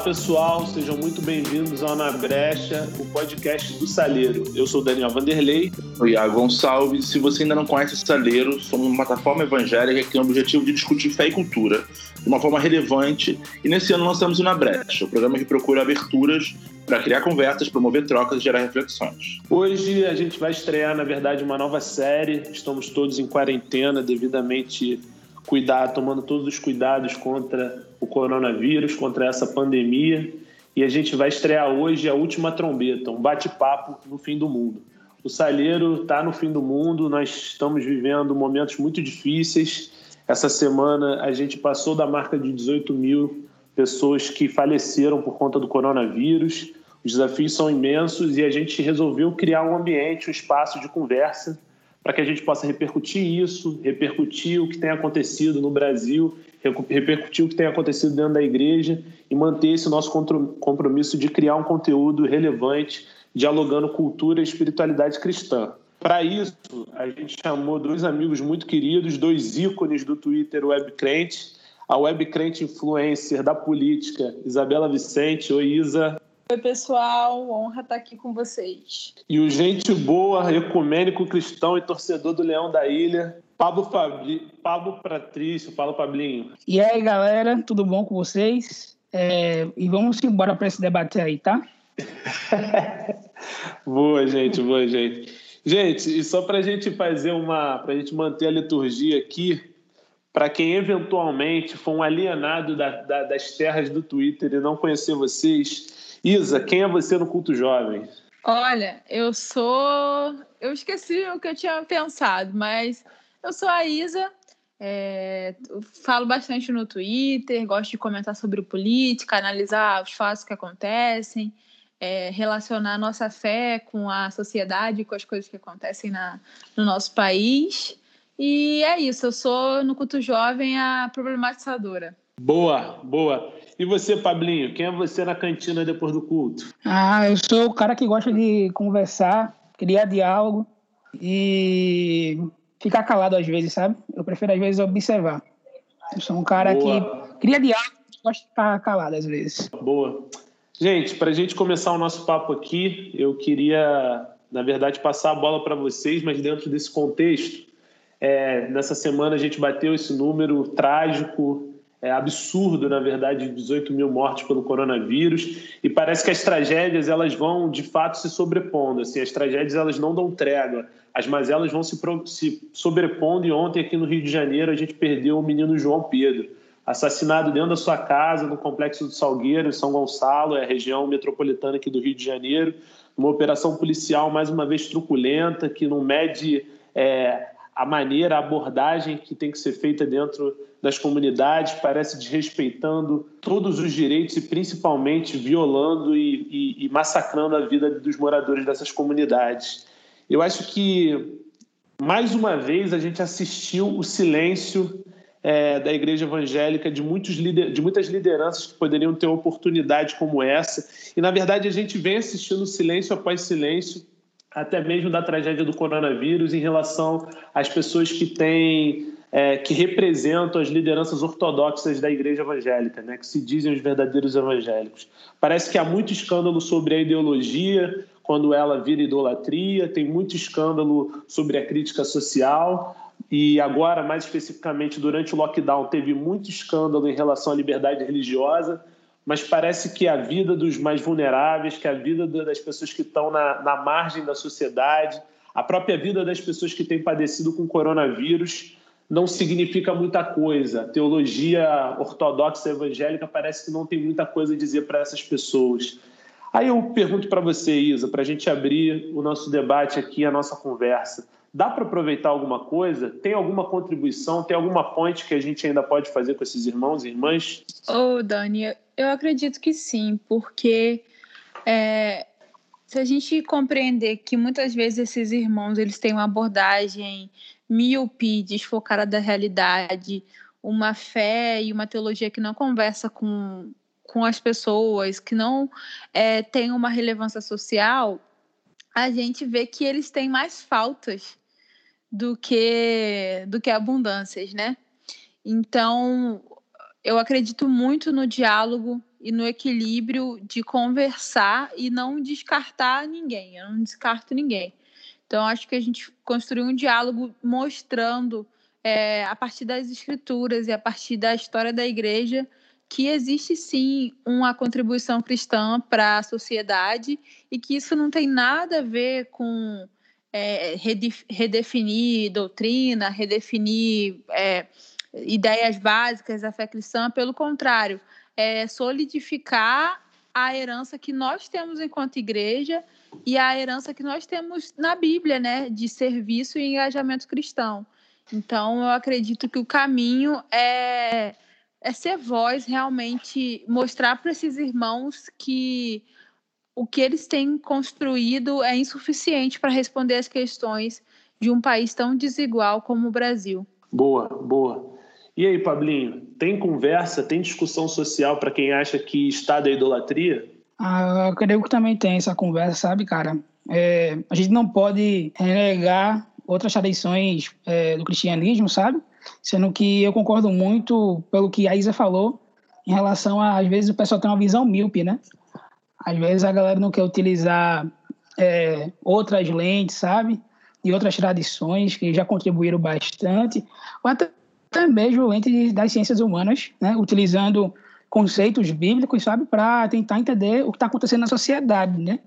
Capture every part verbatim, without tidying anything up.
pessoal, sejam muito bem-vindos ao Na Brecha, o podcast do Saleiro. Eu sou o Daniel Vanderlei. Sou Iago Gonçalves. Se você ainda não conhece o Saleiro, somos uma plataforma evangélica que tem o objetivo de discutir fé e cultura de uma forma relevante, e nesse ano lançamos o Na Brecha, o programa que procura aberturas para criar conversas, promover trocas e gerar reflexões. Hoje a gente vai estrear, na verdade, uma nova série. Estamos todos em quarentena, devidamente cuidado, tomando todos os cuidados contra o coronavírus, contra essa pandemia. E a gente vai estrear hoje a última trombeta, um bate-papo no fim do mundo. O Saleiro está no fim do mundo, nós estamos vivendo momentos muito difíceis. Essa semana a gente passou da marca de dezoito mil pessoas que faleceram por conta do coronavírus. Os desafios são imensos e a gente resolveu criar um ambiente, um espaço de conversa para que a gente possa repercutir isso, repercutir o que tem acontecido no Brasil, repercutir o que tem acontecido dentro da igreja e manter esse nosso compromisso de criar um conteúdo relevante, dialogando cultura e espiritualidade cristã. Para isso, a gente chamou dois amigos muito queridos, dois ícones do Twitter webcrente, a webcrente influencer da política, Isabela Vicente. Oi, Isa. Oi, pessoal. Honra estar aqui com vocês. E o gente boa, ecumênico cristão e torcedor do Leão da Ilha, Pablo, Fabri... Pablo Patrício. Fala, Pablinho. E aí, galera, tudo bom com vocês? É... E vamos embora para esse debate aí, tá? Boa, gente, boa, gente. Gente, e só para a gente fazer uma... para a gente manter a liturgia aqui, para quem eventualmente for um alienado da, da, das terras do Twitter e não conhecer vocês... Isa, quem é você no Culto Jovem? Olha, eu sou... Eu esqueci o que eu tinha pensado, mas eu sou a Isa, é... falo bastante no Twitter, gosto de comentar sobre política, analisar os fatos que acontecem, é... relacionar a nossa fé com a sociedade, com as coisas que acontecem na... no nosso país. E é isso, eu sou no Culto Jovem a problematizadora. Boa, boa. E você, Pablinho, quem é você na cantina depois do culto? Ah, eu sou o cara que gosta de conversar, criar diálogo e ficar calado às vezes, sabe? Eu prefiro às vezes observar. Eu sou um cara Boa. que cria diálogo e gosta de ficar calado às vezes. Boa. Gente, para a gente começar o nosso papo aqui, eu queria, na verdade, passar a bola para vocês, mas dentro desse contexto, é, nessa semana a gente bateu esse número trágico, É absurdo, na verdade, dezoito mil mortes pelo coronavírus, e parece que as tragédias elas vão, de fato, se sobrepondo. Assim, as tragédias elas não dão trégua, as mazelas vão se, pro, se sobrepondo, e ontem aqui no Rio de Janeiro a gente perdeu o menino João Pedro, assassinado dentro da sua casa, no Complexo do Salgueiro, em São Gonçalo, é a região metropolitana aqui do Rio de Janeiro, uma operação policial, mais uma vez, truculenta, que não mede é, a maneira, a abordagem que tem que ser feita dentro das comunidades, parece desrespeitando todos os direitos e principalmente violando e, e, e massacrando a vida dos moradores dessas comunidades. Eu acho que, mais uma vez, a gente assistiu o silêncio é, da igreja evangélica, de, muitos lider, de muitas lideranças que poderiam ter uma oportunidade como essa. E, na verdade, a gente vem assistindo silêncio após silêncio, até mesmo da tragédia do coronavírus, em relação às pessoas que têm... É, que representam as lideranças ortodoxas da igreja evangélica, né, que se dizem os verdadeiros evangélicos. Parece que há muito escândalo sobre a ideologia, quando ela vira idolatria, tem muito escândalo sobre a crítica social, e agora, mais especificamente, durante o lockdown, teve muito escândalo em relação à liberdade religiosa, mas parece que a vida dos mais vulneráveis, que a vida das pessoas que estão na, na margem da sociedade, a própria vida das pessoas que têm padecido com coronavírus, não significa muita coisa. A teologia ortodoxa evangélica parece que não tem muita coisa a dizer para essas pessoas. Aí eu pergunto para você, Isa, para a gente abrir o nosso debate aqui, a nossa conversa. Dá para aproveitar alguma coisa? Tem alguma contribuição? Tem alguma ponte que a gente ainda pode fazer com esses irmãos e irmãs? Ô, Dani, eu acredito que sim, porque é, se a gente compreender que muitas vezes esses irmãos eles têm uma abordagem míope, desfocada da realidade, uma fé e uma teologia que não conversa com, com as pessoas, que não é, tem uma relevância social, a gente vê que eles têm mais faltas do que, do que abundâncias, né? Então, eu acredito muito no diálogo e no equilíbrio de conversar e não descartar ninguém. Eu não descarto ninguém. Então, acho que a gente construiu um diálogo mostrando, é, a partir das escrituras e a partir da história da igreja, que existe, sim, uma contribuição cristã para a sociedade e que isso não tem nada a ver com é, redefinir doutrina, redefinir é, ideias básicas da fé cristã. Pelo contrário, é solidificar a herança que nós temos enquanto igreja e a herança que nós temos na Bíblia, né, de serviço e engajamento cristão. Então, eu acredito que o caminho é, é ser voz, realmente mostrar para esses irmãos que o que eles têm construído é insuficiente para responder às questões de um país tão desigual como o Brasil. Boa, boa. E aí, Pablinho, tem conversa, tem discussão social para quem acha que Estado é idolatria? Ah, eu creio que também tem essa conversa, sabe, cara? É, a gente não pode renegar outras tradições é, do cristianismo, sabe? Sendo que eu concordo muito pelo que a Isa falou em relação a, às vezes, o pessoal tem uma visão míope, né? Às vezes a galera não quer utilizar é, outras lentes, sabe? E outras tradições que já contribuíram bastante, ou até, até mesmo lentes das ciências humanas, né? Utilizando conceitos bíblicos, sabe? Para tentar entender o que está acontecendo na sociedade, né?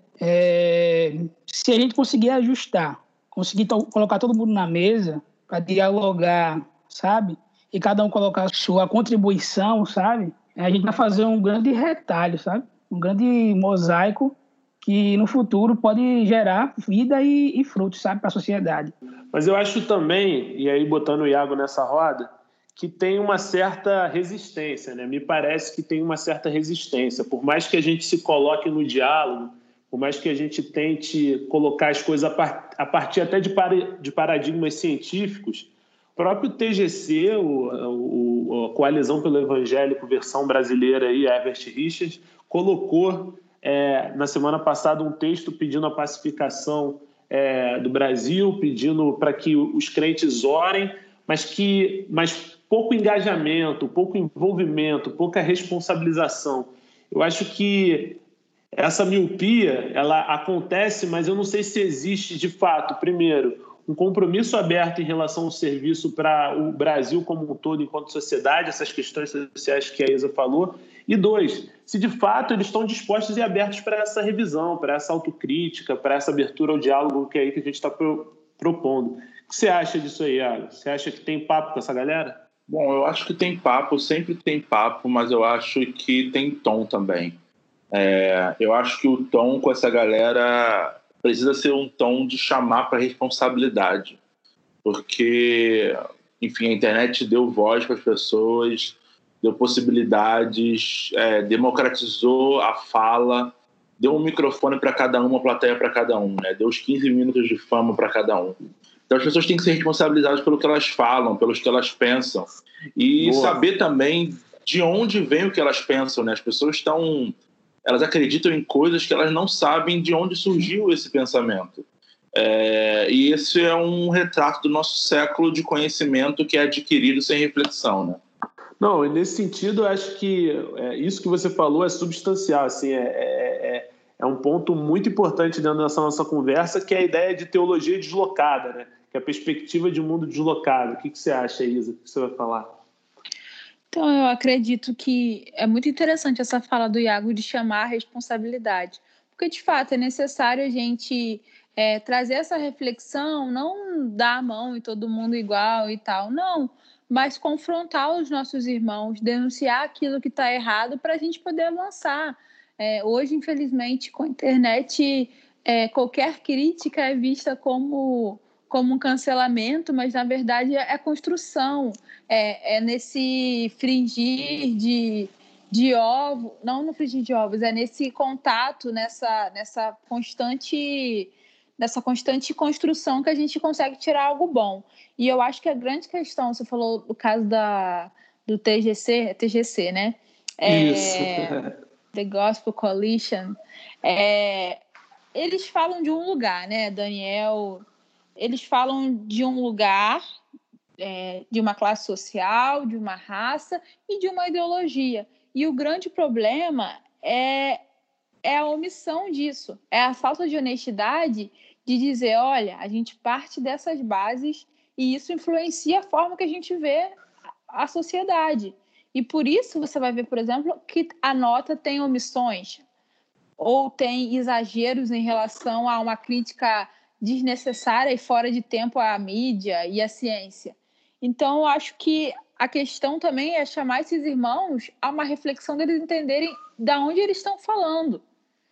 É, se a gente conseguir ajustar, conseguir to- colocar todo mundo na mesa para dialogar, sabe? E cada um colocar a sua contribuição, sabe? A gente vai fazer um grande retalho, sabe? Um grande mosaico que no futuro pode gerar vida e, e frutos, sabe? Para a sociedade. Mas eu acho também, e aí botando o Iago nessa roda, que tem uma certa resistência, né? Me parece que tem uma certa resistência. Por mais que a gente se coloque no diálogo, por mais que a gente tente colocar as coisas a, par- a partir até de, para- de paradigmas científicos, o próprio T G C, o, o, a Coalizão pelo Evangélico, versão brasileira, aí, Herbert Richards, colocou é, na semana passada um texto pedindo a pacificação é, do Brasil, pedindo para que os crentes orem, mas que mas pouco engajamento, pouco envolvimento, pouca responsabilização. Eu acho que essa miopia, ela acontece, mas eu não sei se existe de fato, primeiro, um compromisso aberto em relação ao serviço para o Brasil como um todo, enquanto sociedade, essas questões sociais que a Isa falou, e dois, se de fato eles estão dispostos e abertos para essa revisão, para essa autocrítica, para essa abertura ao diálogo que é aí que a gente está pro, propondo. O que você acha disso aí, Iago? Você acha que tem papo com essa galera? Bom, eu acho que tem papo, sempre tem papo, mas eu acho que tem tom também. É, eu acho que o tom com essa galera precisa ser um tom de chamar para responsabilidade, porque, enfim, a internet deu voz para as pessoas, deu possibilidades, é, democratizou a fala, deu um microfone para cada um, uma plateia para cada um, né? Deu os quinze minutos de fama para cada um. Então as pessoas têm que ser responsabilizadas pelo que elas falam, pelo que elas pensam, e Boa. saber também de onde vem o que elas pensam, né? As pessoas estão... elas acreditam em coisas que elas não sabem de onde surgiu esse pensamento. É, e esse é um retrato do nosso século de conhecimento que é adquirido sem reflexão, né? Não, e nesse sentido, eu acho que é, isso que você falou é substancial, assim, é, é, é um ponto muito importante dentro dessa nossa conversa, que é a ideia de teologia deslocada, né? Que é a perspectiva de um mundo deslocado. O que, que você acha, Isa? O que você vai falar? Então, eu acredito que é muito interessante essa fala do Iago de chamar a responsabilidade, porque, de fato, é necessário a gente é, trazer essa reflexão, não dar a mão e todo mundo igual e tal, não, mas confrontar os nossos irmãos, denunciar aquilo que está errado para a gente poder avançar. É, hoje, infelizmente, com a internet, é, qualquer crítica é vista como... como um cancelamento, mas na verdade é construção, é, é nesse fringir de, de ovos, não no fringir de ovos, é nesse contato, nessa, nessa constante, nessa constante construção que a gente consegue tirar algo bom. E eu acho que a grande questão, você falou do caso da, do T G C, é T G C, né? É, Isso. The Gospel Coalition, é, eles falam de um lugar, né, Daniel? Eles falam de um lugar é, de uma classe social, de uma raça e de uma ideologia. E o grande problema é, é a omissão disso, é a falta de honestidade de dizer, olha, a gente parte dessas bases e isso influencia a forma que a gente vê a sociedade. E por isso você vai ver, por exemplo, que a nota tem omissões ou tem exageros em relação a uma crítica desnecessária e fora de tempo à mídia e à ciência. Então, eu acho que a questão também é chamar esses irmãos a uma reflexão deles entenderem de onde eles estão falando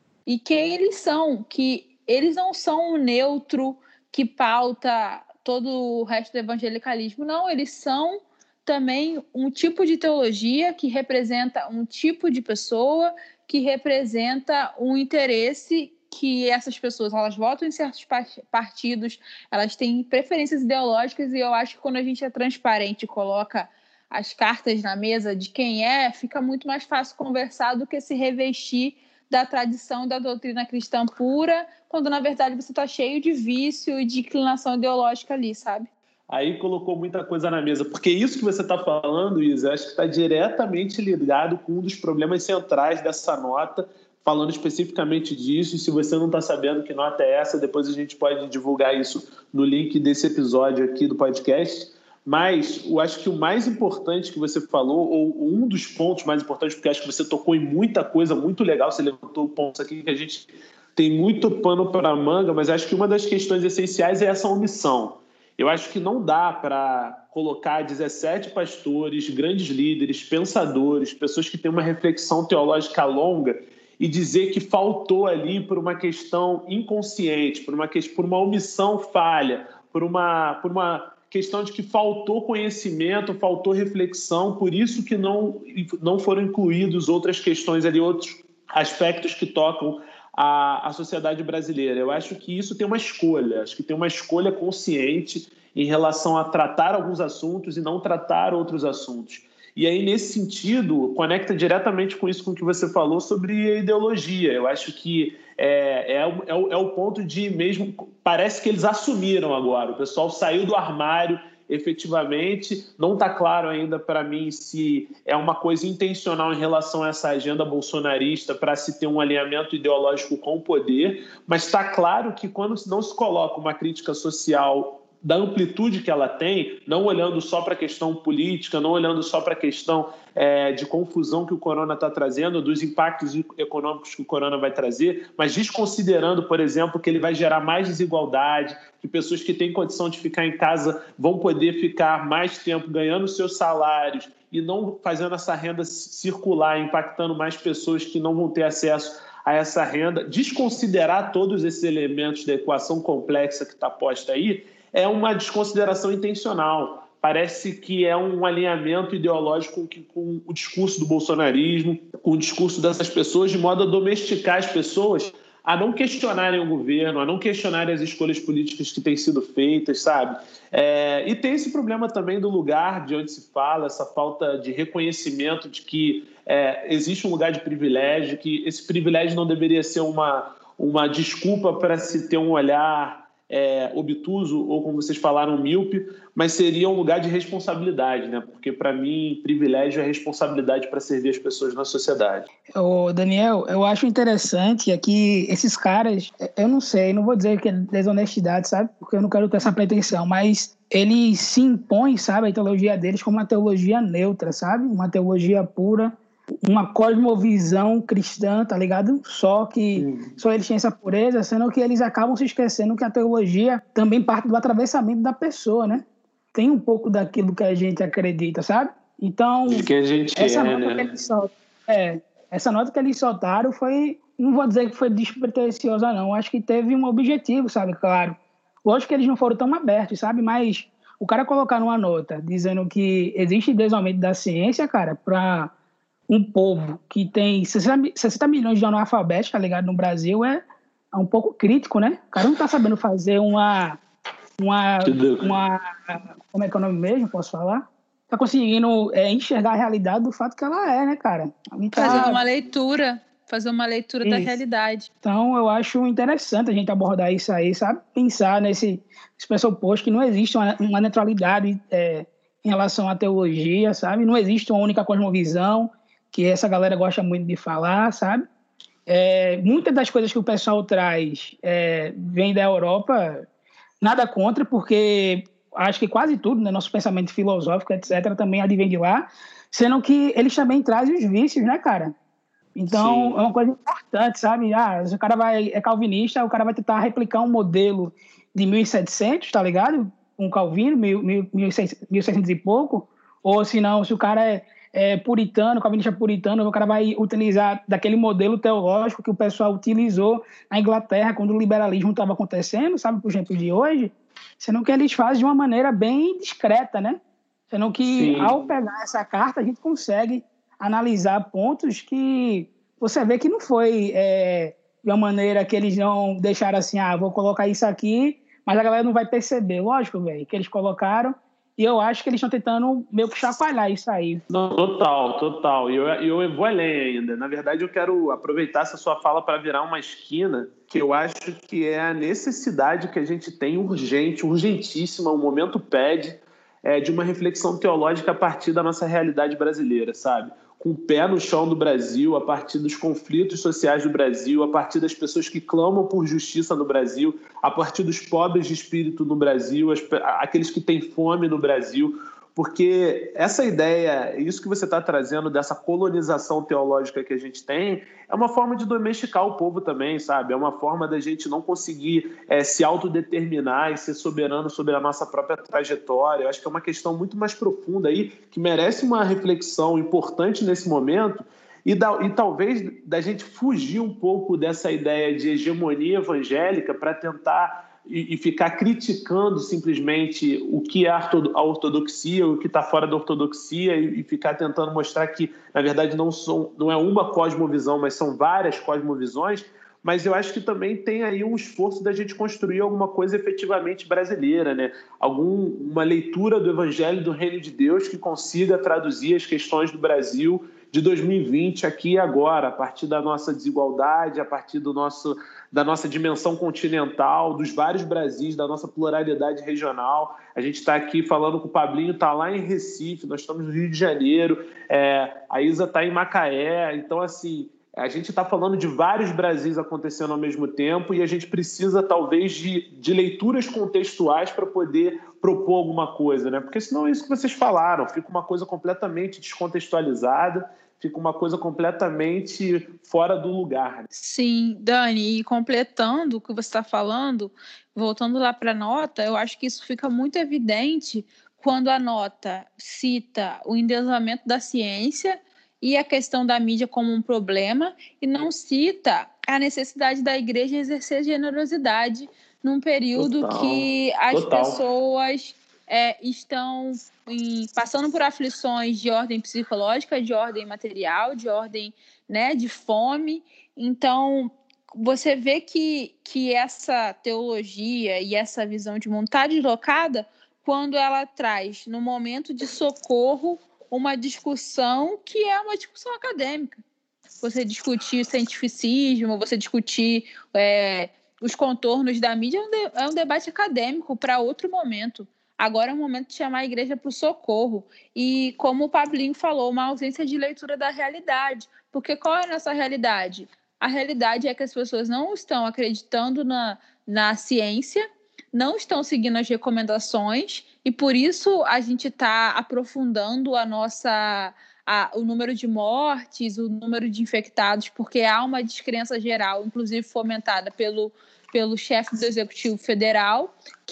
e quem eles são, que eles não são um neutro que pauta todo o resto do evangelicalismo, não, eles são também um tipo de teologia que representa um tipo de pessoa, que representa um interesse que essas pessoas, elas votam em certos partidos, elas têm preferências ideológicas, e eu acho que quando a gente é transparente e coloca as cartas na mesa de quem é, fica muito mais fácil conversar do que se revestir da tradição e da doutrina cristã pura, quando na verdade você está cheio de vício e de inclinação ideológica ali, sabe? Aí colocou muita coisa na mesa, porque isso que você está falando, Isa, acho que está diretamente ligado com um dos problemas centrais dessa nota, falando especificamente disso. E se você não está sabendo que nota é essa, depois a gente pode divulgar isso no link desse episódio aqui do podcast. Mas eu acho que o mais importante que você falou, ou um dos pontos mais importantes, porque acho que você tocou em muita coisa muito legal, você levantou pontos aqui que a gente tem muito pano para a manga, mas acho que uma das questões essenciais é essa omissão. Eu acho que não dá para colocar dezessete pastores, grandes líderes, pensadores, pessoas que têm uma reflexão teológica longa e dizer que faltou ali por uma questão inconsciente, por uma, por uma omissão falha, por uma, por uma questão de que faltou conhecimento, faltou reflexão, por isso que não, não foram incluídos outras questões ali, outros aspectos que tocam a, a sociedade brasileira. Eu acho que isso tem uma escolha, acho que tem uma escolha consciente em relação a tratar alguns assuntos e não tratar outros assuntos. E aí, nesse sentido, conecta diretamente com isso com que você falou sobre a ideologia. Eu acho que é, é, é, o, é o ponto de mesmo... Parece que eles assumiram agora. O pessoal saiu do armário, efetivamente. Não está claro ainda para mim se é uma coisa intencional em relação a essa agenda bolsonarista para se ter um alinhamento ideológico com o poder, mas está claro que quando não se coloca uma crítica social da amplitude que ela tem, não olhando só para a questão política, não olhando só para a questão é, de confusão que o corona está trazendo, dos impactos econômicos que o corona vai trazer, mas desconsiderando, por exemplo, que ele vai gerar mais desigualdade, que pessoas que têm condição de ficar em casa vão poder ficar mais tempo ganhando seus salários e não fazendo essa renda circular, impactando mais pessoas que não vão ter acesso a essa renda. Desconsiderar todos esses elementos da equação complexa que está posta aí é uma desconsideração intencional. Parece que é um alinhamento ideológico com, com o discurso do bolsonarismo, com o discurso dessas pessoas, de modo a domesticar as pessoas a não questionarem o governo, a não questionarem as escolhas políticas que têm sido feitas, sabe? É, e tem esse problema também do lugar de onde se fala, essa falta de reconhecimento de que é, existe um lugar de privilégio, que esse privilégio não deveria ser uma, uma desculpa para se ter um olhar É, obtuso, ou como vocês falaram, míope, mas seria um lugar de responsabilidade, né? Porque, para mim, privilégio é responsabilidade para servir as pessoas na sociedade. Ô, Daniel, eu acho interessante é que esses caras, eu não sei, não vou dizer que é desonestidade, sabe? Porque eu não quero ter essa pretensão, mas eles se impõem, sabe, a teologia deles como uma teologia neutra, sabe? Uma teologia pura, uma cosmovisão cristã, tá ligado? Só que hum. só eles têm essa pureza, sendo que eles acabam se esquecendo que a teologia também parte do atravessamento da pessoa, né? Tem um pouco daquilo que a gente acredita, sabe? Então, de que a gente essa, é, nota né? que eles soltaram, é, essa nota que eles soltaram foi, não vou dizer que foi despretensiosa, não. Acho que teve um objetivo, sabe? Claro. Lógico que eles não foram tão abertos, sabe? Mas o cara colocar numa nota dizendo que existe desaumento da ciência, cara, para um povo que tem sessenta milhões de analfabetos, tá ligado, no Brasil, é, é um pouco crítico, né? O cara não tá sabendo fazer uma, uma, uma... Como é que é o nome mesmo? Posso falar? Tá conseguindo é, enxergar a realidade do fato que ela é, né, cara? Tá... Fazendo uma leitura. fazer uma leitura isso. da realidade. Então, eu acho interessante a gente abordar isso aí, sabe? Pensar nesse, nesse pressuposto que não existe uma, uma neutralidade é, em relação à teologia, sabe? Não existe uma única cosmovisão, que essa galera gosta muito de falar, sabe? É, muitas das coisas que o pessoal traz é, vem da Europa, nada contra, porque acho que quase tudo, né, nosso pensamento filosófico, etcétera, também advém de lá, sendo que eles também trazem os vícios, né, cara? Então, Sim. é uma coisa importante, sabe? Ah, se o cara vai, é calvinista, o cara vai tentar replicar um modelo de mil e setecentos, tá ligado? Um Calvino, mil, mil, mil e seiscentos e pouco, ou se não, se o cara é É, puritano, calvinista puritano, o cara vai utilizar daquele modelo teológico que o pessoal utilizou na Inglaterra quando o liberalismo estava acontecendo, sabe, por exemplo, de hoje, sendo que eles fazem de uma maneira bem discreta, né? Sendo que, Sim. ao pegar essa carta, a gente consegue analisar pontos que você vê que não foi é, de uma maneira que eles não deixaram assim, ah, vou colocar isso aqui, mas a galera não vai perceber. Lógico, velho, que eles colocaram. E eu acho que eles estão tentando meio que chacoalhar isso aí. Não, total, total. E eu, eu vou além ainda. Na verdade, eu quero aproveitar essa sua fala para virar uma esquina, que eu acho que é a necessidade que a gente tem urgente, urgentíssima, o momento pede, é, de uma reflexão teológica a partir da nossa realidade brasileira, sabe? Com o pé no chão do Brasil, a partir dos conflitos sociais do Brasil, a partir das pessoas que clamam por justiça no Brasil, a partir dos pobres de espírito no Brasil, as, aqueles que têm fome no Brasil, porque essa ideia, isso que você está trazendo dessa colonização teológica que a gente tem, é uma forma de domesticar o povo também, sabe? É uma forma da gente não conseguir é, se autodeterminar e ser soberano sobre a nossa própria trajetória. Eu acho que é uma questão muito mais profunda aí, que merece uma reflexão importante nesse momento e, da, e talvez da gente fugir um pouco dessa ideia de hegemonia evangélica para tentar e, e ficar criticando simplesmente o que é a ortodoxia, o que está fora da ortodoxia e, e ficar tentando mostrar que, na verdade, não, são, não é uma cosmovisão, mas são várias cosmovisões. Mas eu acho que também tem aí um esforço da gente construir alguma coisa efetivamente brasileira, né? Algum, uma leitura do Evangelho do Reino de Deus que consiga traduzir as questões do Brasil de dois mil e vinte aqui e agora, a partir da nossa desigualdade, a partir do nosso, da nossa dimensão continental, dos vários Brasis, da nossa pluralidade regional. A gente está aqui falando com o Pablinho, está lá em Recife, nós estamos no Rio de Janeiro, é, a Isa está em Macaé, então, assim, a gente está falando de vários Brasis acontecendo ao mesmo tempo e a gente precisa, talvez, de, de leituras contextuais para poder propor alguma coisa, né? Porque senão é isso que vocês falaram, fica uma coisa completamente descontextualizada, fica uma coisa completamente fora do lugar. Sim, Dani, e completando o que você está falando, voltando lá para a nota, eu acho que isso fica muito evidente quando a nota cita o endeusamento da ciência e a questão da mídia como um problema e não cita a necessidade da igreja exercer generosidade num período Total. que as Total. pessoas é, estão em, passando por aflições de ordem psicológica, de ordem material, de ordem, né, de fome. Então, você vê que, que essa teologia e essa visão de mundo está deslocada quando ela traz, no momento de socorro, uma discussão que é uma discussão acadêmica. Você discutir cientificismo, você discutir é, os contornos da mídia é um, de, é um debate acadêmico para outro momento. Agora é o momento de chamar a igreja para o socorro. E, como o Pablinho falou, uma ausência de leitura da realidade. Porque qual é a nossa realidade? A realidade é que as pessoas não estão acreditando na, na ciência, não estão seguindo as recomendações e por isso a gente está aprofundando a nossa, a, o número de mortes, o número de infectados, porque há uma descrença geral, inclusive fomentada pelo, pelo chefe do Executivo Federal,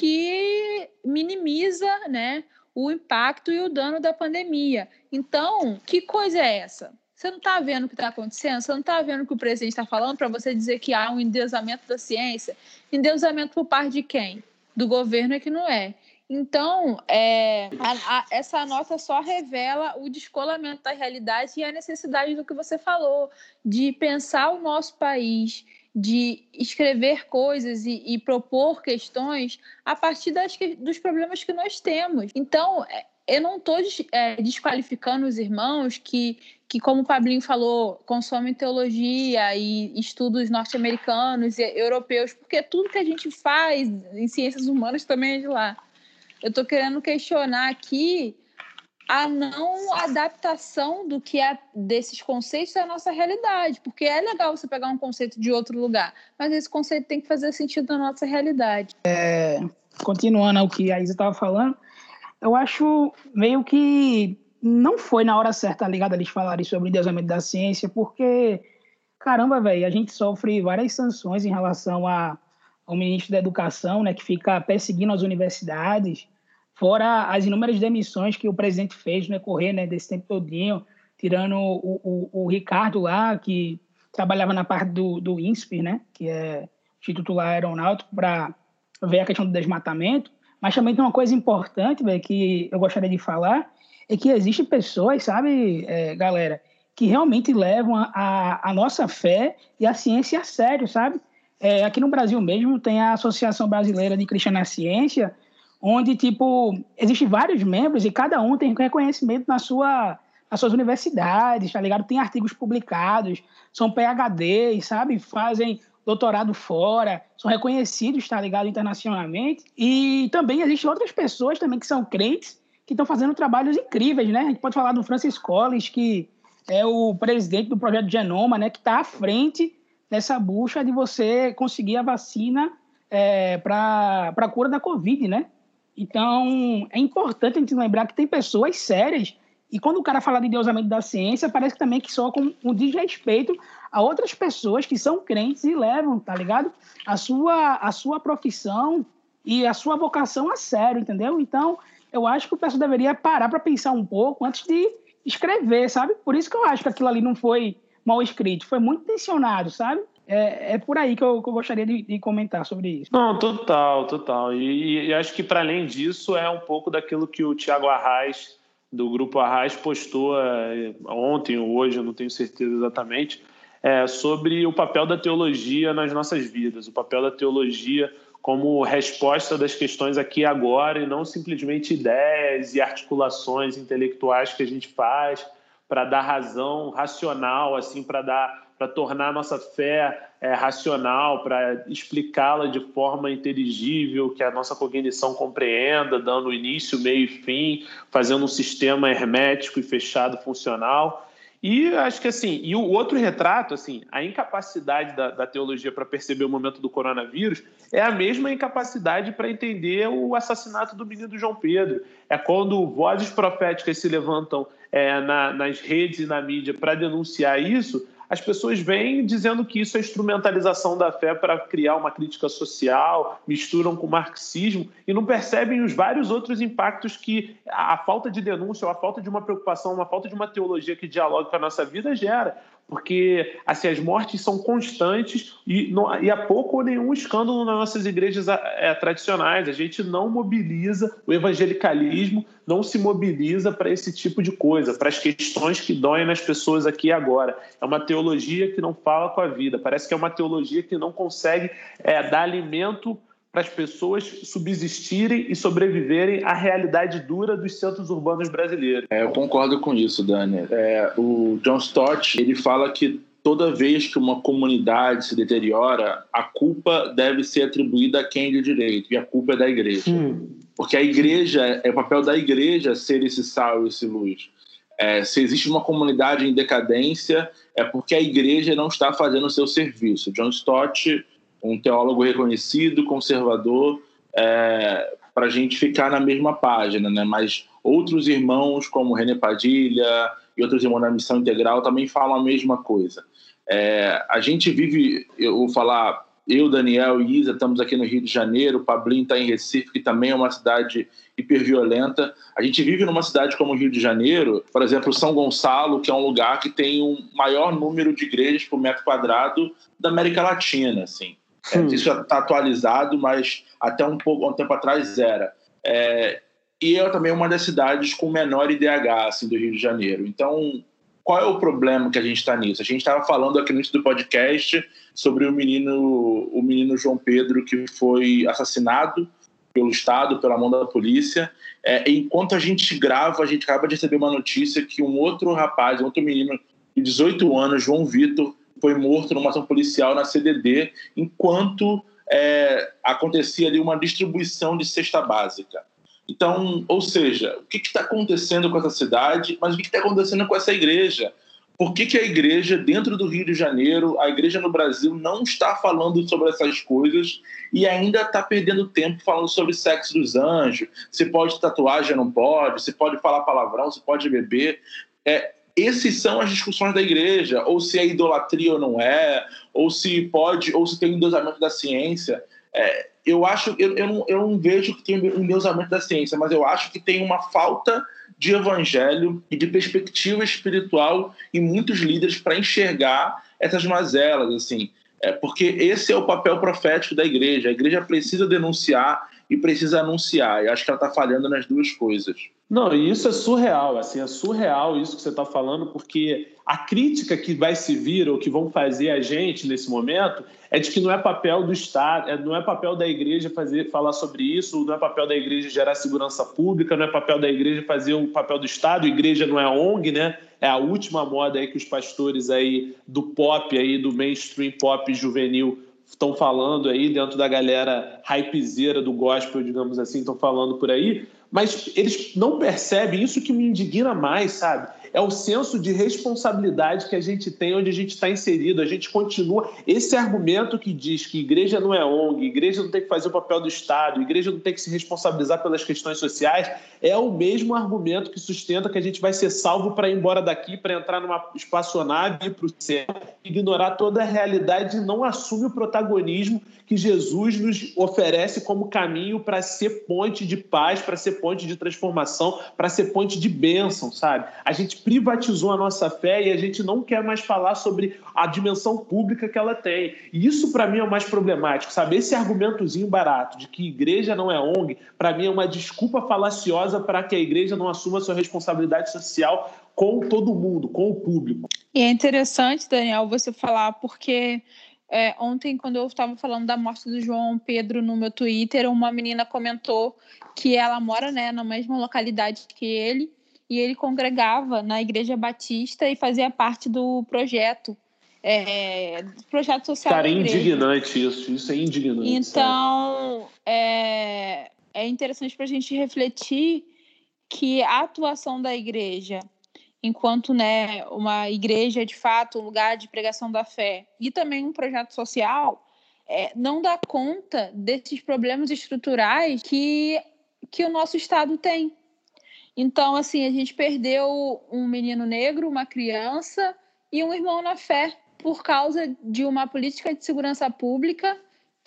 que minimiza, né, o impacto e o dano da pandemia. Então, que coisa é essa? Você não está vendo o que está acontecendo? Você não está vendo o que o presidente está falando para você dizer que há um endeusamento da ciência? Endeusamento por parte de quem? Do governo é que não é. Então, é, a, a, essa nota só revela o descolamento da realidade e a necessidade do que você falou, de pensar o nosso país, de escrever coisas e, e propor questões a partir das, dos problemas que nós temos. Então, eu não estou é, desqualificando os irmãos que, que, como o Pablinho falou, consomem teologia e estudos norte-americanos e europeus, porque tudo que a gente faz em ciências humanas também é de lá. Eu estou querendo questionar aqui a não adaptação do que é desses conceitos à nossa realidade, porque é legal você pegar um conceito de outro lugar, mas esse conceito tem que fazer sentido na nossa realidade. É, continuando ao que a Isa estava falando, eu acho meio que não foi na hora certa, ligado, eles falarem sobre o endeusamento da ciência, porque, caramba, velho, a gente sofre várias sanções em relação a, ao ministro da Educação, né, que fica perseguindo as universidades, fora as inúmeras demissões que o presidente fez no decorrer, né, desse tempo todinho, tirando o, o, o Ricardo lá, que trabalhava na parte do, do INSPER, né, que é Instituto lá Aeronáutico, para ver a questão do desmatamento. Mas também tem uma coisa importante, véio, que eu gostaria de falar, é que existem pessoas, sabe, é, galera, que realmente levam a, a, a nossa fé e a ciência a sério, sabe? É, aqui no Brasil mesmo tem a Associação Brasileira de Cristã na Ciência, onde, tipo, existem vários membros e cada um tem reconhecimento na sua, nas suas universidades, tá ligado? Tem artigos publicados, são P H Ds, sabe? Fazem doutorado fora, são reconhecidos, tá ligado? Internacionalmente. E também existem outras pessoas também que são crentes, que estão fazendo trabalhos incríveis, né? A gente pode falar do Francis Collins, que é o presidente do Projeto Genoma, né? Que está à frente dessa busca de você conseguir a vacina é, para a cura da Covid, né? Então, é importante a gente lembrar que tem pessoas sérias, e quando o cara fala de endeusamento da ciência, parece também que soa com um desrespeito a outras pessoas que são crentes e levam, tá ligado? A sua, a sua profissão e a sua vocação a sério, entendeu? Então, eu acho que o pessoal deveria parar para pensar um pouco antes de escrever, sabe? Por isso que eu acho que aquilo ali não foi mal escrito, foi muito intencionado, sabe? É, é por aí que eu, que eu gostaria de, de comentar sobre isso. Não, total, total. E, e acho que, para além disso, é um pouco daquilo que o Tiago Arraes, do Grupo Arraes, postou é, ontem ou hoje, eu não tenho certeza exatamente, é, sobre o papel da teologia nas nossas vidas, o papel da teologia como resposta das questões aqui e agora, e não simplesmente ideias e articulações intelectuais que a gente faz para dar razão racional, assim, para dar para tornar a nossa fé é, racional, para explicá-la de forma inteligível, que a nossa cognição compreenda, dando início, meio e fim, fazendo um sistema hermético e fechado funcional. E acho que assim, e o outro retrato, assim, a incapacidade da, da teologia para perceber o momento do coronavírus é a mesma incapacidade para entender o assassinato do menino João Pedro. É quando vozes proféticas se levantam é, na, nas redes e na mídia para denunciar isso, as pessoas vêm dizendo que isso é instrumentalização da fé para criar uma crítica social, misturam com o marxismo e não percebem os vários outros impactos que a falta de denúncia, ou a falta de uma preocupação, a falta de uma teologia que dialogue com a nossa vida gera. Porque assim, as mortes são constantes e, não, e há pouco ou nenhum escândalo nas nossas igrejas é, tradicionais. A gente não mobiliza, o evangelicalismo não se mobiliza para esse tipo de coisa, para as questões que doem nas pessoas aqui e agora. É uma teologia que não fala com a vida, parece que é uma teologia que não consegue é, dar alimento para as pessoas subsistirem e sobreviverem à realidade dura dos centros urbanos brasileiros. É, eu concordo com isso, Dani. É, o John Stott, ele fala que toda vez que uma comunidade se deteriora, a culpa deve ser atribuída a quem de direito, e a culpa é da igreja. Hum. Porque a igreja, é o papel da igreja ser esse sal e esse luz. É, se existe uma comunidade em decadência, é porque a igreja não está fazendo o seu serviço. John Stott, um teólogo reconhecido, conservador, é, para a gente ficar na mesma página, né? Mas outros irmãos, como René Padilha e outros irmãos da Missão Integral, também falam a mesma coisa. É, a gente vive, eu vou falar, eu, Daniel e Isa, estamos aqui no Rio de Janeiro, o Pablinho está em Recife, que também é uma cidade hiperviolenta. A gente vive numa cidade como o Rio de Janeiro, por exemplo, São Gonçalo, que é um lugar que tem o um maior número de igrejas por metro quadrado da América Latina, assim. É, isso já está atualizado, mas até um pouco um tempo atrás era. É, e é também uma das cidades com menor I D H assim, do Rio de Janeiro. Então, qual é o problema que a gente está nisso? A gente estava falando aqui no início do podcast sobre o menino, o menino João Pedro, que foi assassinado pelo Estado, pela mão da polícia. É, enquanto a gente grava, a gente acaba de receber uma notícia que um outro rapaz, um outro menino de dezoito anos, João Vitor, foi morto numa ação policial na C D D, enquanto é, acontecia ali uma distribuição de cesta básica. Então, ou seja, o que está acontecendo com essa cidade, mas o que está acontecendo com essa igreja? Por que, que a igreja, dentro do Rio de Janeiro, a igreja no Brasil não está falando sobre essas coisas e ainda está perdendo tempo falando sobre sexo dos anjos? Se pode tatuagem, não pode, se pode falar palavrão, se pode beber. É, esses são as discussões da igreja, ou se é idolatria ou não é, ou se pode, ou se tem um endeusamento da ciência. É, eu acho, eu, eu, não, eu não vejo que tem um endeusamento da ciência, mas eu acho que tem uma falta de evangelho e de perspectiva espiritual em muitos líderes para enxergar essas mazelas, assim, é, porque esse é o papel profético da igreja. A igreja precisa denunciar e precisa anunciar, e acho que ela está falhando nas duas coisas. Não, e isso é surreal, assim, é surreal isso que você está falando, porque a crítica que vai se vir ou que vão fazer a gente nesse momento é de que não é papel do Estado, não é papel da igreja fazer, falar sobre isso, não é papel da igreja gerar segurança pública, não é papel da igreja fazer o papel do Estado. A igreja não é O N G, né? É a última moda aí que os pastores aí do pop, aí, do mainstream pop juvenil estão falando aí, dentro da galera hypezeira do gospel, digamos assim, estão falando por aí, mas eles não percebem, isso que me indigna mais, sabe? É o senso de responsabilidade que a gente tem onde a gente está inserido. A gente continua... Esse argumento que diz que igreja não é O N G, igreja não tem que fazer o papel do Estado, igreja não tem que se responsabilizar pelas questões sociais, é o mesmo argumento que sustenta que a gente vai ser salvo para ir embora daqui, para entrar numa espaçonave, ir para o céu, ignorar toda a realidade e não assume o protagonismo que Jesus nos oferece como caminho para ser ponte de paz, para ser ponte de transformação, para ser ponte de bênção, sabe? A gente privatizou a nossa fé e a gente não quer mais falar sobre a dimensão pública que ela tem. E isso, para mim, é o mais problemático, sabe? Esse argumentozinho barato de que igreja não é O N G, para mim, é uma desculpa falaciosa para que a igreja não assuma a sua responsabilidade social com todo mundo, com o público. E é interessante, Daniel, você falar, porque é, ontem, quando eu estava falando da morte do João Pedro no meu Twitter, uma menina comentou que ela mora, né, na mesma localidade que ele, e ele congregava na Igreja Batista e fazia parte do projeto, é, do projeto social Cara, da igreja. É indignante isso, isso é indignante. Então, é, é interessante para a gente refletir que a atuação da igreja, enquanto, né, uma igreja, de fato, um lugar de pregação da fé, e também um projeto social, é, não dá conta desses problemas estruturais que, que o nosso Estado tem. Então, assim, a gente perdeu um menino negro, uma criança e um irmão na fé por causa de uma política de segurança pública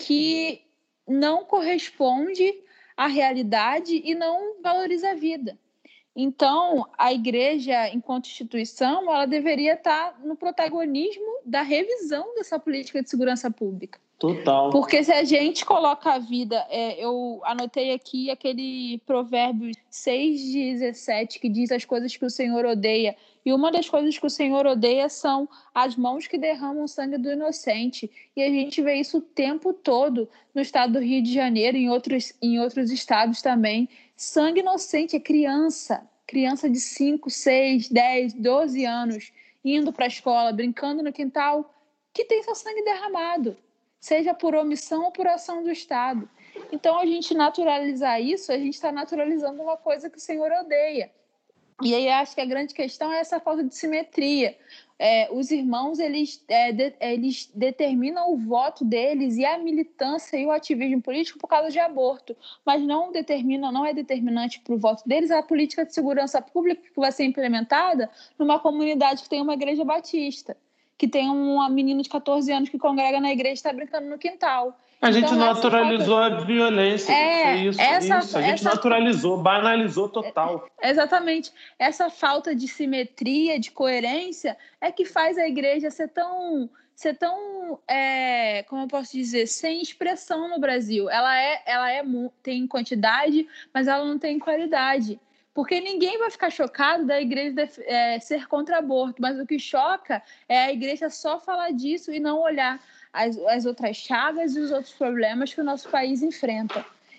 que não corresponde à realidade e não valoriza a vida. Então, a igreja, enquanto instituição, ela deveria estar no protagonismo da revisão dessa política de segurança pública. Total. Porque se a gente coloca a vida... É, eu anotei aqui aquele provérbio seis, dezessete, que diz as coisas que o Senhor odeia. E uma das coisas que o Senhor odeia são as mãos que derramam o sangue do inocente. E a gente vê isso o tempo todo no estado do Rio de Janeiro e em outros, em outros estados também. Sangue inocente é criança. Criança de cinco, seis, dez, doze anos, indo para a escola, brincando no quintal, que tem seu sangue derramado, seja por omissão ou por ação do Estado. Então, a gente naturalizar isso, a gente está naturalizando uma coisa que o Senhor odeia. E aí, acho que a grande questão é essa falta de simetria. É, os irmãos, eles, é, de, eles determinam o voto deles e a militância e o ativismo político por causa de aborto, mas não determina, não é determinante para o voto deles a política de segurança pública que vai ser implementada numa comunidade que tem uma igreja batista, que tem um menino de catorze anos que congrega na igreja e está brincando no quintal. A gente então, naturalizou falta... a violência. É, isso, essa, isso. A gente essa... naturalizou, banalizou total. É, exatamente. Essa falta de simetria, de coerência, é que faz a igreja ser tão, ser tão é, como eu posso dizer, sem expressão no Brasil. Ela, é, ela é, tem quantidade, mas ela não tem qualidade. Porque ninguém vai ficar chocado da igreja é, ser contra aborto, mas o que choca é a igreja só falar disso e não olhar as, as outras chagas e os outros problemas que o nosso país enfrenta.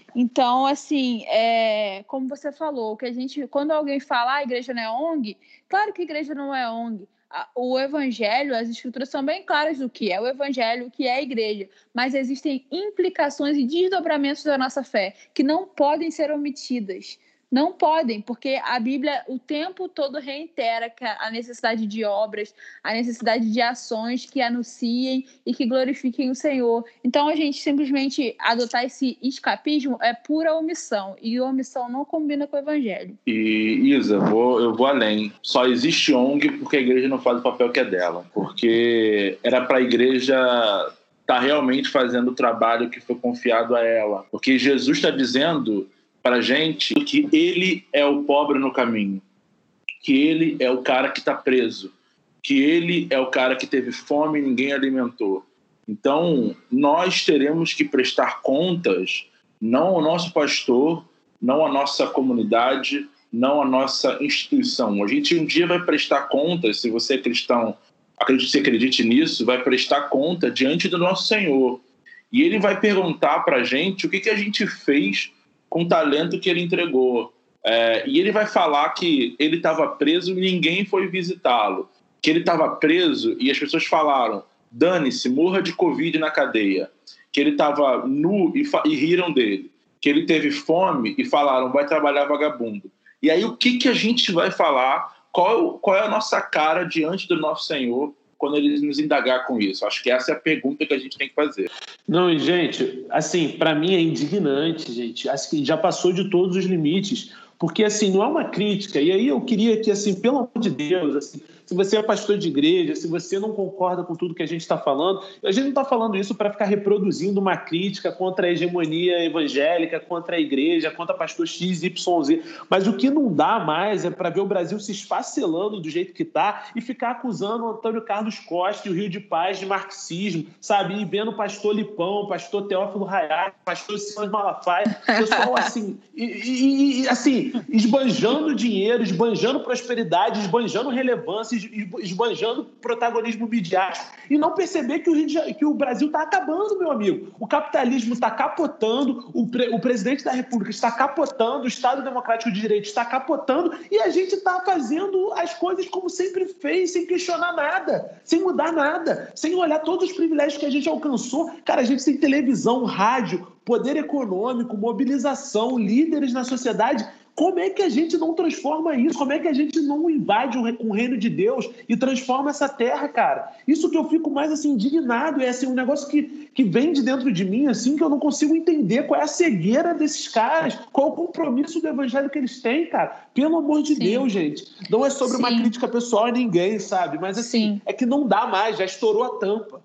Então, assim, é, como você falou, que a gente, quando alguém fala, ah, a igreja não é O N G, claro que a igreja não é O N G. O evangelho, as escrituras são bem claras do que é o evangelho, o que é a igreja, mas existem implicações e desdobramentos da nossa fé que não podem ser omitidas. Não podem, porque a Bíblia o tempo todo reitera a necessidade de obras, a necessidade de ações que anunciem e que glorifiquem o Senhor. Então, a gente simplesmente adotar esse escapismo é pura omissão, e omissão não combina com o Evangelho. E, Isa, vou, eu vou além. Só existe O N G porque a igreja não faz o papel que é dela. Porque era para a igreja estar realmente fazendo o trabalho que foi confiado a ela. Porque Jesus está dizendo para a gente que ele é o pobre no caminho, que ele é o cara que está preso, que ele é o cara que teve fome e ninguém alimentou. Então, nós teremos que prestar contas, não ao nosso pastor, não à nossa comunidade, não à nossa instituição. A gente um dia vai prestar contas, se você é cristão, acredite, se acredite nisso, vai prestar conta diante do nosso Senhor. E ele vai perguntar para a gente o que, que a gente fez com o talento que ele entregou. É, e ele vai falar que ele estava preso e ninguém foi visitá-lo. Que ele estava preso e as pessoas falaram, dane-se, morra de Covid na cadeia. Que ele estava nu e, e riram dele. Que ele teve fome e falaram, vai trabalhar vagabundo. E aí o que, que a gente vai falar? Qual, qual é a nossa cara diante do nosso Senhor quando ele nos indagar com isso? Acho que essa é a pergunta que a gente tem que fazer. Não, e gente, assim, para mim é indignante, gente. Acho que já passou de todos os limites, porque, assim, não é uma crítica. E aí eu queria que, assim, pelo amor de Deus, assim, se você é pastor de igreja, se você não concorda com tudo que a gente está falando, a gente não está falando isso para ficar reproduzindo uma crítica contra a hegemonia evangélica, contra a igreja, contra pastor X, Y, Z. Mas o que não dá mais é para ver o Brasil se esfacelando do jeito que está e ficar acusando o Antônio Carlos Costa e o Rio de Paz de marxismo, sabe? E vendo o pastor Lipão, o pastor Teófilo Hayat, o pastor Silas Malafaia, pessoal assim, e, e, e, assim, esbanjando dinheiro, esbanjando prosperidade, esbanjando relevância, esbanjando protagonismo midiático e não perceber que o, Rio de Janeiro, que o Brasil está acabando, meu amigo. O capitalismo está capotando, o, pre, o presidente da República está capotando, o Estado Democrático de Direito está capotando e a gente está fazendo as coisas como sempre fez, sem questionar nada, sem mudar nada, sem olhar todos os privilégios que a gente alcançou. Cara, a gente tem televisão, rádio, poder econômico, mobilização, líderes na sociedade. Como é que a gente não transforma isso? Como é que a gente não invade o reino de Deus e transforma essa terra, cara? Isso que eu fico mais assim, indignado. É assim, um negócio que, que vem de dentro de mim, assim, que eu não consigo entender qual é a cegueira desses caras, qual é o compromisso do evangelho que eles têm, cara. Pelo amor de Sim. Deus, gente. Não é sobre Sim. uma crítica pessoal a ninguém, sabe? Mas assim, Sim. é que não dá mais, já estourou a tampa.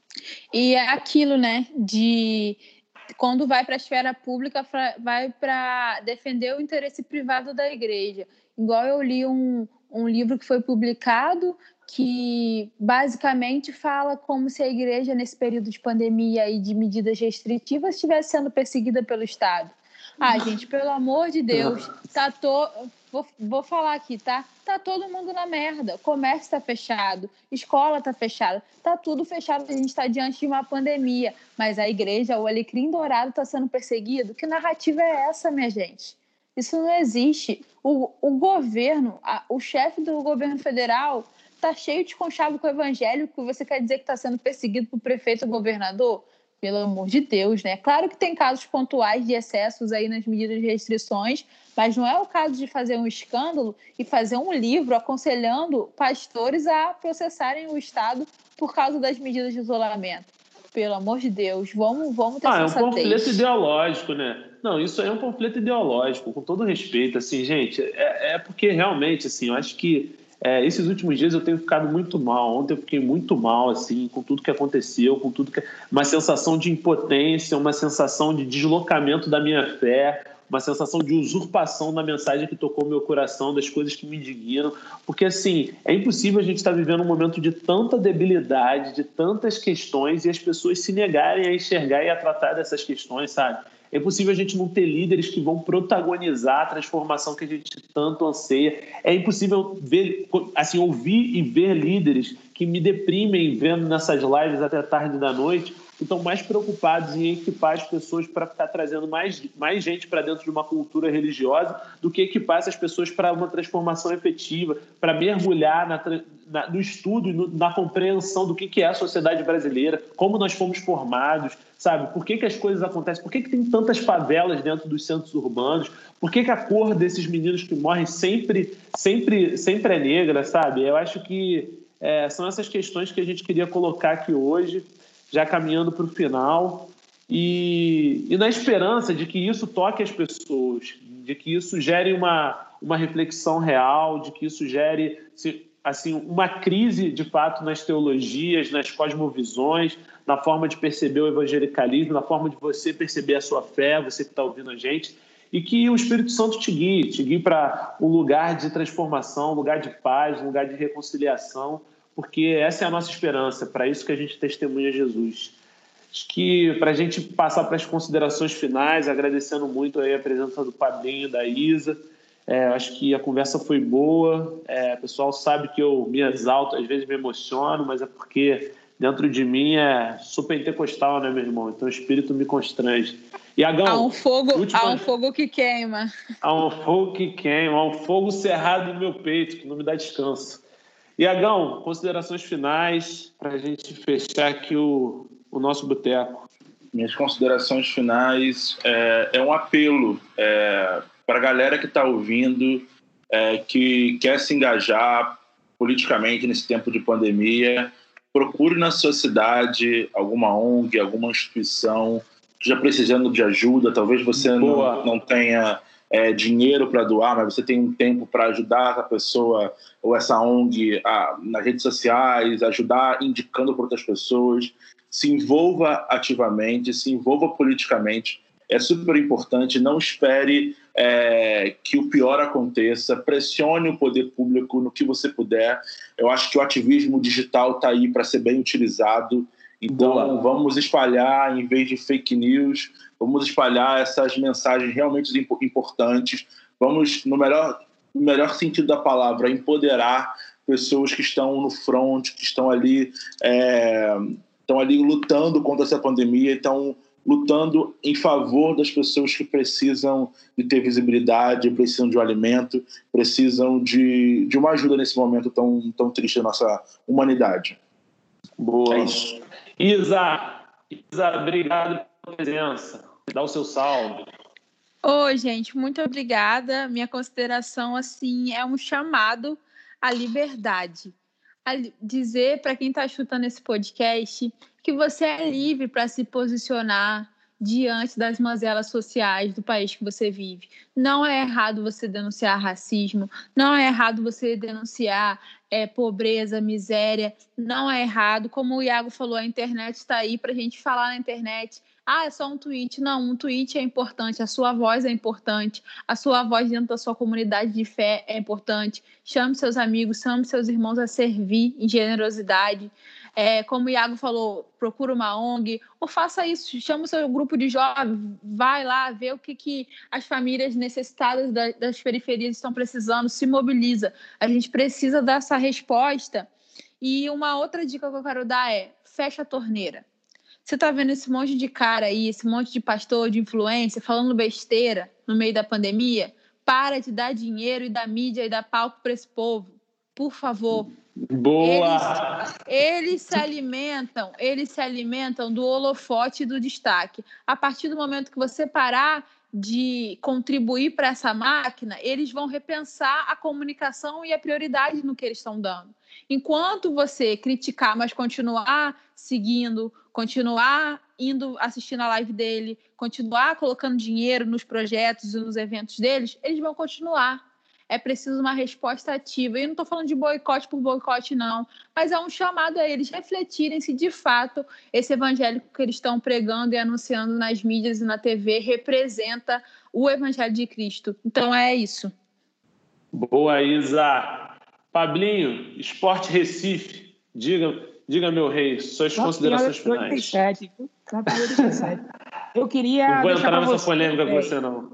E é aquilo, né, de... quando vai para a esfera pública, vai para defender o interesse privado da igreja. Igual eu li um, um livro que foi publicado que basicamente fala como se a igreja, nesse período de pandemia e de medidas restritivas, estivesse sendo perseguida pelo Estado. Ah, gente, pelo amor de Deus, tá to... vou, vou falar aqui, tá? Tá todo mundo na merda. O comércio está fechado, escola está fechada, tá tudo fechado. A gente está diante de uma pandemia, mas a igreja, o alecrim dourado, está sendo perseguido. Que narrativa é essa, minha gente? Isso não existe. O, o governo, a, o chefe do governo federal tá cheio de conchavo com o evangelho, que você quer dizer que está sendo perseguido por prefeito ou governador? Pelo amor de Deus, né? Claro que tem casos pontuais de excessos aí nas medidas de restrições, mas não é o caso de fazer um escândalo e fazer um livro aconselhando pastores a processarem o Estado por causa das medidas de isolamento. Pelo amor de Deus, vamos, vamos ter ah, sensatez. É um panfleto ideológico, né? Não, isso aí é um panfleto ideológico, com todo respeito, assim, gente, é, é porque realmente, assim, eu acho que É, esses últimos dias eu tenho ficado muito mal. Ontem eu fiquei muito mal, assim, com tudo que aconteceu, com tudo que... Uma sensação de impotência, uma sensação de deslocamento da minha fé, uma sensação de usurpação da mensagem que tocou meu coração, das coisas que me indignam. Porque, assim, é impossível a gente estar vivendo um momento de tanta debilidade, de tantas questões, e as pessoas se negarem a enxergar e a tratar dessas questões, sabe? É impossível a gente não ter líderes que vão protagonizar a transformação que a gente tanto anseia. É impossível ver, assim, ouvir e ver líderes que me deprimem vendo nessas lives até tarde da noite, que estão mais preocupados em equipar as pessoas para ficar trazendo mais, mais gente para dentro de uma cultura religiosa do que equipar essas pessoas para uma transformação efetiva, para mergulhar na, na, no estudo e no, na compreensão do que, que é a sociedade brasileira, como nós fomos formados, sabe? Por que, que as coisas acontecem? Por que, que tem tantas favelas dentro dos centros urbanos? Por que, que a cor desses meninos que morrem sempre, sempre, sempre é negra, sabe? Eu acho que é, são essas questões que a gente queria colocar aqui hoje, já caminhando para o final, e, e na esperança de que isso toque as pessoas, de que isso gere uma, uma reflexão real, de que isso gere assim, uma crise, de fato, nas teologias, nas cosmovisões, na forma de perceber o evangelicalismo, na forma de você perceber a sua fé, você que está ouvindo a gente, e que o Espírito Santo te guie, te guie para um lugar de transformação, um lugar de paz, um lugar de reconciliação, porque essa é a nossa esperança, para isso que a gente testemunha Jesus. Acho que para a gente passar para as considerações finais, agradecendo muito aí a presença do Pablinho, da Isa, é, acho que a conversa foi boa, é, o pessoal sabe que eu me exalto, às vezes me emociono, mas é porque dentro de mim é super pentecostal, né, meu irmão? Então o Espírito me constrange. E Agão, há um fogo, última... há um fogo que queima. Há um fogo que queima, há um fogo cerrado no meu peito, que não me dá descanso. E Agão, considerações finais para a gente fechar aqui o, o nosso boteco. Minhas considerações finais é, é um apelo é, para a galera que está ouvindo, é, que quer se engajar politicamente nesse tempo de pandemia. Procure na sua cidade alguma O N G, alguma instituição que já precisando de ajuda. Talvez você não, não tenha é, dinheiro para doar, mas você tem um tempo para ajudar essa pessoa ou essa O N G a, nas redes sociais, ajudar indicando para outras pessoas. Se envolva ativamente, se envolva politicamente. É super importante. Não espere é, que o pior aconteça. Pressione o poder público no que você puder. Eu acho que o ativismo digital está aí para ser bem utilizado. Então, Boa. Vamos espalhar, em vez de fake news, vamos espalhar essas mensagens realmente importantes. Vamos, no melhor, no melhor sentido da palavra, empoderar pessoas que estão no front, que estão ali, é, estão ali lutando contra essa pandemia, estão lutando em favor das pessoas que precisam de ter visibilidade, precisam de um alimento, precisam de, de uma ajuda nesse momento tão, tão triste da nossa humanidade. Boa. É isso. Isa, Isa, obrigado pela presença. Dá o seu salve. Oi, gente, muito obrigada. Minha consideração, assim, é um chamado à liberdade. A dizer para quem está escutando esse podcast que você é livre para se posicionar diante das mazelas sociais do país que você vive. Não é errado você denunciar racismo, não é errado você denunciar é, pobreza, miséria, não é errado. Como o Iago falou, a internet está aí para a gente falar na internet. Ah, é só um tweet. Não, um tweet é importante, a sua voz é importante, a sua voz dentro da sua comunidade de fé é importante. Chame seus amigos, chame seus irmãos a servir em generosidade. É, como o Iago falou, procura uma O N G, ou faça isso, chama o seu grupo de jovens, vai lá ver o que, que as famílias necessitadas da, das periferias estão precisando, se mobiliza. A gente precisa dessa resposta. E uma outra dica que eu quero dar é, fecha a torneira. Você está vendo esse monte de cara aí, esse monte de pastor, de influência, falando besteira no meio da pandemia? Para de dar dinheiro e dar mídia e dar palco para esse povo. Por favor. Boa! Eles, eles se alimentam, eles se alimentam do holofote e do destaque. A partir do momento que você parar de contribuir para essa máquina, eles vão repensar a comunicação e a prioridade no que eles estão dando. Enquanto você criticar, mas continuar seguindo, continuar indo assistindo a live dele, continuar colocando dinheiro nos projetos e nos eventos deles, eles vão continuar. É preciso uma resposta ativa. E eu não estou falando de boicote por boicote, não, mas é um chamado a eles refletirem se, de fato, esse evangelho que eles estão pregando e anunciando nas mídias e na T V representa o evangelho de Cristo. Então, é isso. Boa, Isa. Pablinho, Esporte Recife. Diga, diga meu rei, suas Nossa, considerações senhora, finais. oitenta e sete. Eu queria... Não vou entrar nessa você, polêmica com é... você, não.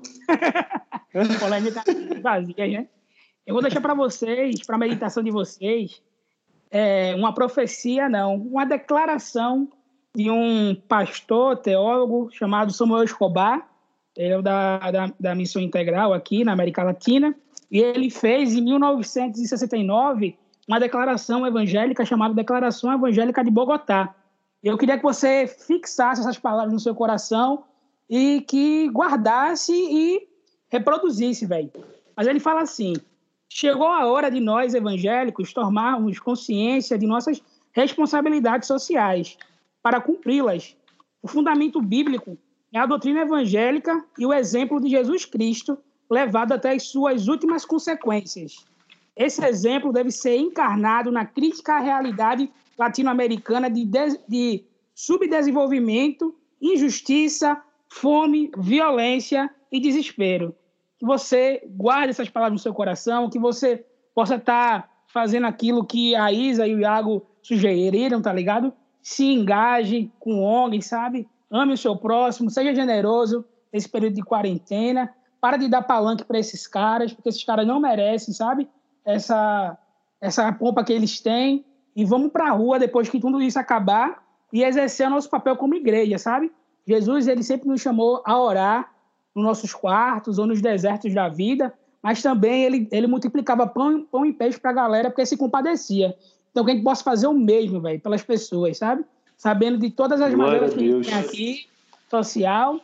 Polêmica vazia, né? Eu vou deixar para vocês, para a meditação de vocês, é, uma profecia, não, uma declaração de um pastor, teólogo, chamado Samuel Escobar. Ele é da, da, da Missão Integral aqui na América Latina. E ele fez, em mil novecentos e sessenta e nove, uma declaração evangélica chamada Declaração Evangélica de Bogotá. Eu queria que você fixasse essas palavras no seu coração e que guardasse e reproduzisse, velho. Mas ele fala assim: chegou a hora de nós, evangélicos, tomarmos consciência de nossas responsabilidades sociais para cumpri-las. O fundamento bíblico é a doutrina evangélica e o exemplo de Jesus Cristo levado até as suas últimas consequências. Esse exemplo deve ser encarnado na crítica à realidade latino-americana de, de, de subdesenvolvimento, injustiça, fome, violência e desespero. Que você guarde essas palavras no seu coração, que você possa estar fazendo aquilo que a Isa e o Iago sugeriram, tá ligado? Se engaje com O N G, sabe? Ame o seu próximo, seja generoso nesse período de quarentena. Para de dar palanque para esses caras, porque esses caras não merecem, sabe? Essa, essa pompa que eles têm. E vamos para a rua depois que tudo isso acabar e exercer o nosso papel como igreja, sabe? Jesus, ele sempre nos chamou a orar nos nossos quartos ou nos desertos da vida, mas também ele, ele multiplicava pão, pão e peixe para a galera porque se compadecia. Então, que a gente possa fazer o mesmo, velho, pelas pessoas, sabe? Sabendo de todas as Glória maneiras a que a Deus. gente tem aqui, social,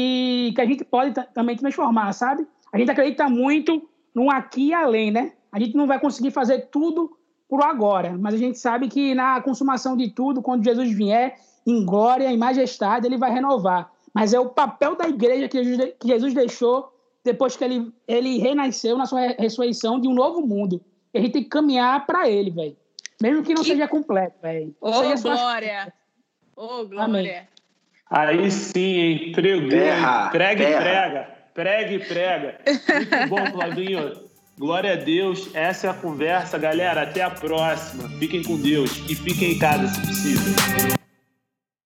e que a gente pode t- também transformar, sabe? A gente acredita muito no aqui e além, né? A gente não vai conseguir fazer tudo por agora, mas a gente sabe que na consumação de tudo, quando Jesus vier em glória, em majestade, ele vai renovar. Mas é o papel da igreja que Jesus, que Jesus deixou depois que ele, ele renasceu na sua ressurreição de um novo mundo. E a gente tem que caminhar para ele, velho. Mesmo que não Que- seja completo, velho. Ô, Seja só- glória! Ô, glória! Amém. Aí sim, hein? Pregou. Terra, Prega e terra. prega. Prega e prega. Muito bom, Flavinho. Glória a Deus. Essa é a conversa, galera. Até a próxima. Fiquem com Deus e fiquem em casa, se possível.